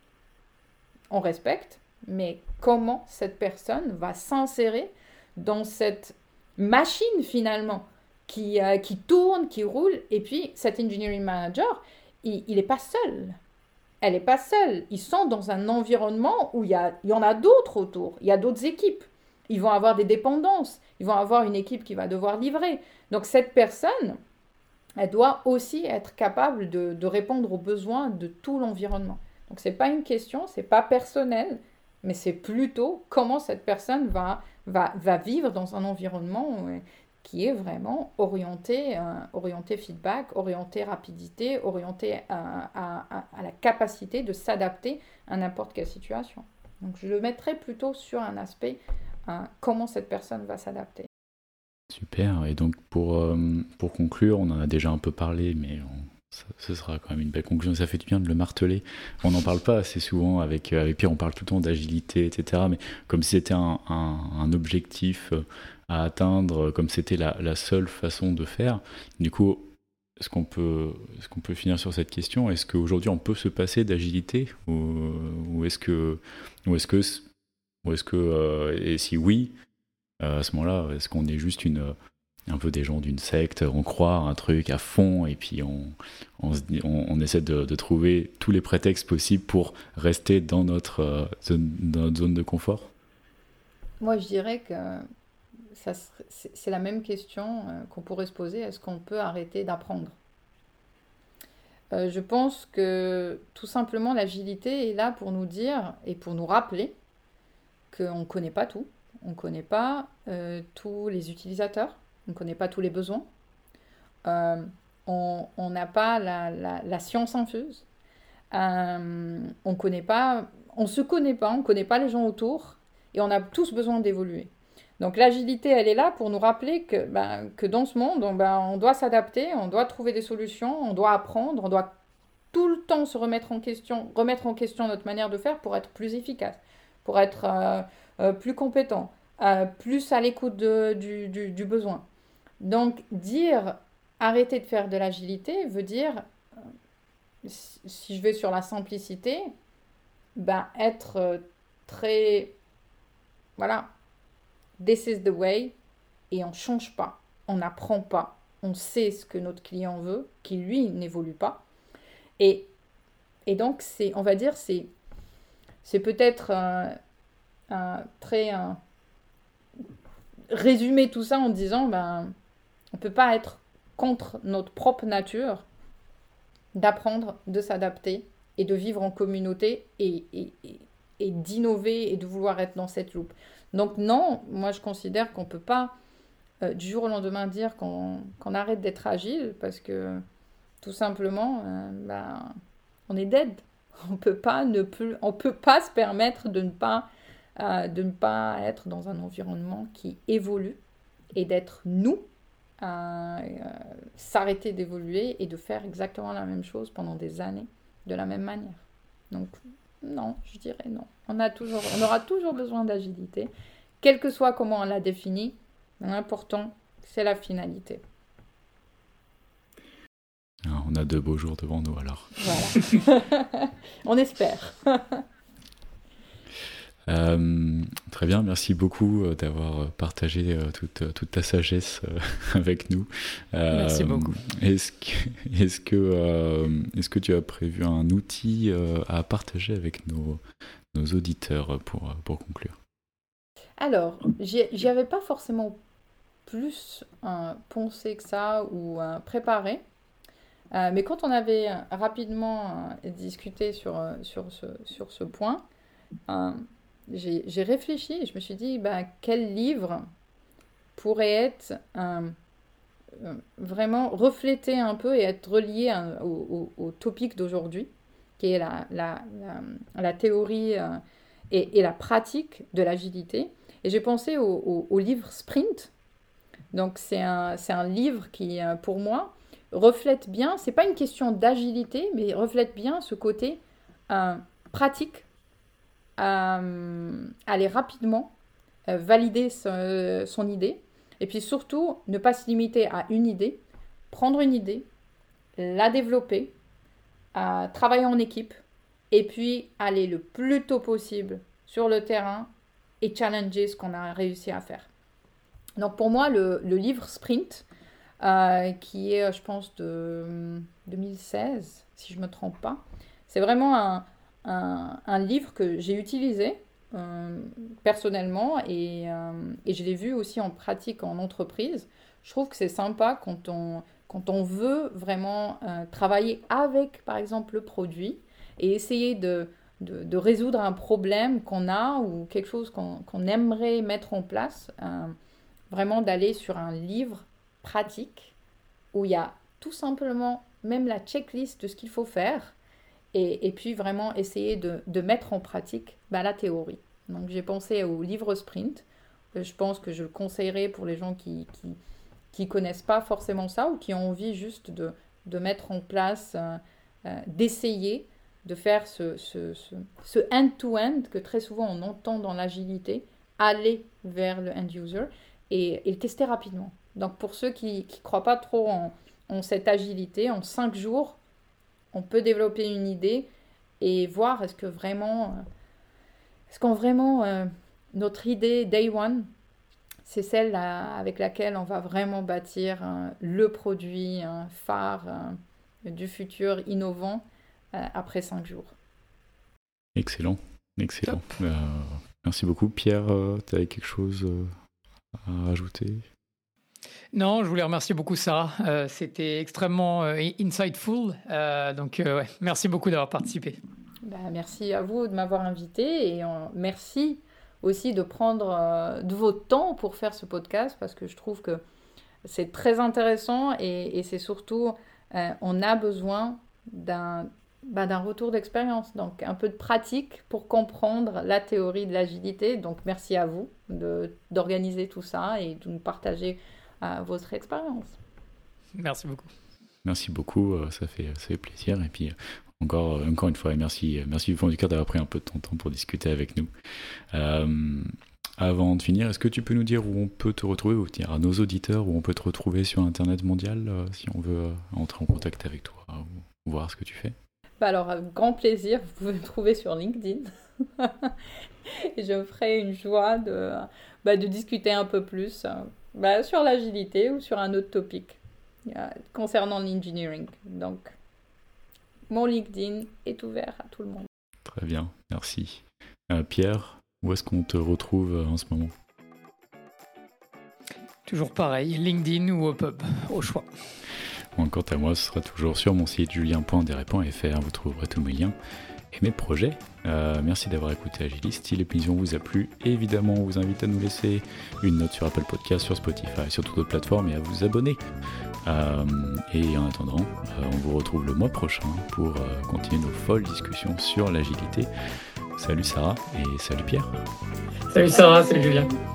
on respecte, mais comment cette personne va s'insérer dans cette machine finalement qui, euh, qui tourne, qui roule. Et puis, cet engineering manager, il n'est pas seul. Elle n'est pas seule. Ils sont dans un environnement où il y, a, il y en a d'autres autour. Il y a d'autres équipes. Ils vont avoir des dépendances. Ils vont avoir une équipe qui va devoir livrer. Donc, cette personne, elle doit aussi être capable de, de répondre aux besoins de tout l'environnement. Donc, ce n'est pas une question, ce n'est pas personnel, mais c'est plutôt comment cette personne va, va, va vivre dans un environnement qui est vraiment orienté, euh, orienté feedback, orienté rapidité, orienté à, à, à, à la capacité de s'adapter à n'importe quelle situation. Donc je le mettrais plutôt sur un aspect, euh, comment cette personne va s'adapter. Super, et donc pour, euh, pour conclure, on en a déjà un peu parlé, mais ça, ce sera quand même une belle conclusion. Ça fait du bien de le marteler. On n'en parle pas assez souvent avec, avec Pierre, on parle tout le temps d'agilité, et cetera. Mais comme si c'était un, un, un objectif à atteindre, comme c'était la, la seule façon de faire. Du coup, est-ce qu'on peut, est-ce qu'on peut finir sur cette question? Est-ce qu'aujourd'hui on peut se passer d'agilité ou, ou est-ce que, ou est-ce que, ou est-ce que euh, et si oui, euh, à ce moment-là, est-ce qu'on est juste une, un peu des gens d'une secte, on croit à un truc à fond et puis on, on, se dit, on, on essaie de, de trouver tous les prétextes possibles pour rester dans notre, euh, zone, dans notre zone de confort? Moi, je dirais que ça serait- c'est c'est la même question euh, qu'on pourrait se poser. Est-ce qu'on peut arrêter d'apprendre? Euh, je pense que tout simplement l'agilité est là pour nous dire et pour nous rappeler qu'on ne connaît pas tout, on ne connaît pas euh, tous les utilisateurs, on ne connaît pas tous les besoins, euh, on on n'a pas la, la- la science infuse, euh, on connaît pas, on se connaît pas, on ne connaît pas les gens autour et on a tous besoin d'évoluer. Donc l'agilité, elle est là pour nous rappeler que, ben, que dans ce monde, on, ben, on doit s'adapter, on doit trouver des solutions, on doit apprendre, on doit tout le temps se remettre en question, remettre en question notre manière de faire pour être plus efficace, pour être euh, euh, plus compétent, euh, plus à l'écoute de- du, du- du besoin. Donc dire arrêter de faire de l'agilité veut dire, si si je vais sur la simplicité, ben, être euh, très, voilà, this is the way, et on ne change pas, on n'apprend pas, on sait ce que notre client veut, qui lui n'évolue pas. Et, et donc, c'est, on va dire, c'est, c'est peut-être euh, un très euh, résumer tout ça en disant, ben, on ne peut pas être contre notre propre nature d'apprendre, de s'adapter et de vivre en communauté et, et, et, et d'innover et de vouloir être dans cette loupe. Donc non, moi je considère qu'on ne peut pas euh, du jour au lendemain dire qu'on qu'on arrête d'être agile parce que tout simplement, euh, ben, on est dead. On peut pas ne plus, on peut pas se permettre de ne pas, euh, de ne pas être dans un environnement qui évolue et d'être nous, euh, euh, s'arrêter d'évoluer et de faire exactement la même chose pendant des années de la même manière. Donc non, je dirais non. On a toujours, on aura toujours besoin d'agilité, quel que soit comment on la définit. L'important, c'est la finalité. Ah, on a de beaux jours devant nous alors. Voilà. On espère. Euh, très bien, merci beaucoup euh, d'avoir partagé euh, toute, euh, toute ta sagesse euh, avec nous. Euh, Merci beaucoup. Est-ce que, est-ce, que, euh, est-ce que tu as prévu un outil euh, à partager avec nos, nos auditeurs pour, pour conclure? Alors, j'y j'y avais pas forcément plus euh, pensé que ça ou euh, préparé. Euh, mais quand on avait euh, rapidement euh, discuté sur, euh, sur ce, sur ce point, euh, j'ai j'ai réfléchi et je me suis dit, bah, quel livre pourrait être euh, euh, vraiment refléter un peu et être relié hein, au, au- au topic d'aujourd'hui, qui est la, la, la, la théorie euh, et, et la pratique de l'agilité. Et j'ai pensé au, au- au livre Sprint. Donc c'est un, c'est un livre qui, euh, pour moi, reflète bien, c'est pas une question d'agilité, mais reflète bien ce côté euh, pratique, euh, aller rapidement, euh, valider ce- son idée, et puis surtout ne pas se limiter à une idée, prendre une idée, la développer, euh, travailler en équipe, et puis aller le plus tôt possible sur le terrain et challenger ce qu'on a réussi à faire. Donc pour moi, le, le livre Sprint, euh, qui est, je pense, de deux mille seize, si je ne me trompe pas, c'est vraiment un, un- un livre que j'ai utilisé euh, personnellement et, euh, et je l'ai vu aussi en pratique en entreprise. Je trouve que c'est sympa quand on, quand on veut vraiment euh, travailler avec, par exemple, le produit et essayer de, de, de résoudre un problème qu'on a ou quelque chose qu'on qu'on aimerait mettre en place. Euh, vraiment d'aller sur un livre pratique où il y a tout simplement même la checklist de ce qu'il faut faire et, et puis vraiment essayer de, de mettre en pratique bah, la théorie. Donc j'ai pensé au livre Sprint. Euh, Je pense que je le conseillerais pour les gens qui qui, qui connaissent pas forcément ça ou qui ont envie juste de de mettre en place, euh, euh, d'essayer de faire ce, ce, ce, ce end-to-end que très souvent on entend dans l'agilité, aller vers le end-user et, et le tester rapidement. Donc pour ceux qui ne croient pas trop en, en cette agilité, en cinq jours, on peut développer une idée et voir est-ce que vraiment, est-ce qu'on vraiment euh, notre idée day one, c'est celle là, avec laquelle on va vraiment bâtir euh, le produit euh, phare euh, du futur innovant euh, après cinq jours. Excellent, excellent. Euh, merci beaucoup. Pierre, euh, tu avais quelque chose euh, à ajouter ? Non, je voulais remercier beaucoup Sarah. Euh, c'était extrêmement euh, insightful. Euh, donc, euh, ouais, merci beaucoup d'avoir participé. Bah, merci à vous de m'avoir invité et on, merci aussi de prendre euh, de votre temps pour faire ce podcast parce que je trouve que c'est très intéressant et, et c'est surtout, euh, on a besoin d'un, bah, d'un retour d'expérience, donc un peu de pratique pour comprendre la théorie de l'agilité. Donc merci à vous de, d'organiser tout ça et de nous partager euh, votre expérience. Merci beaucoup. Merci beaucoup, ça fait, ça fait plaisir. Et puis encore, encore une fois, merci, merci du fond du cœur d'avoir pris un peu de ton temps pour discuter avec nous. Euh, avant de finir, est-ce que tu peux nous dire où on peut te retrouver, ou dire à nos auditeurs où on peut te retrouver sur Internet mondial, euh, si on veut entrer en contact avec toi ou voir ce que tu fais? Bah alors, avec grand plaisir, vous pouvez me trouver sur LinkedIn. Et je me ferai une joie de, bah, de discuter un peu plus bah, sur l'agilité ou sur un autre topic euh, concernant l'engineering. Donc, mon LinkedIn est ouvert à tout le monde. Très bien, merci. Euh, Pierre, où est-ce qu'on te retrouve en ce moment? Toujours pareil, LinkedIn ou au pub, au choix. Bon, quant à moi, ce sera toujours sur mon site julien point deret point f r, vous trouverez tous mes liens et mes projets. Euh, merci d'avoir écouté Agilist. Si l'émission vous a plu, évidemment, on vous invite à nous laisser une note sur Apple Podcast, sur Spotify, sur toutes autres plateformes et à vous abonner. Euh, et en attendant, euh, on vous retrouve le mois prochain pour euh, continuer nos folles discussions sur l'agilité. Salut Sarah et salut Pierre. Salut Sarah, salut Julien.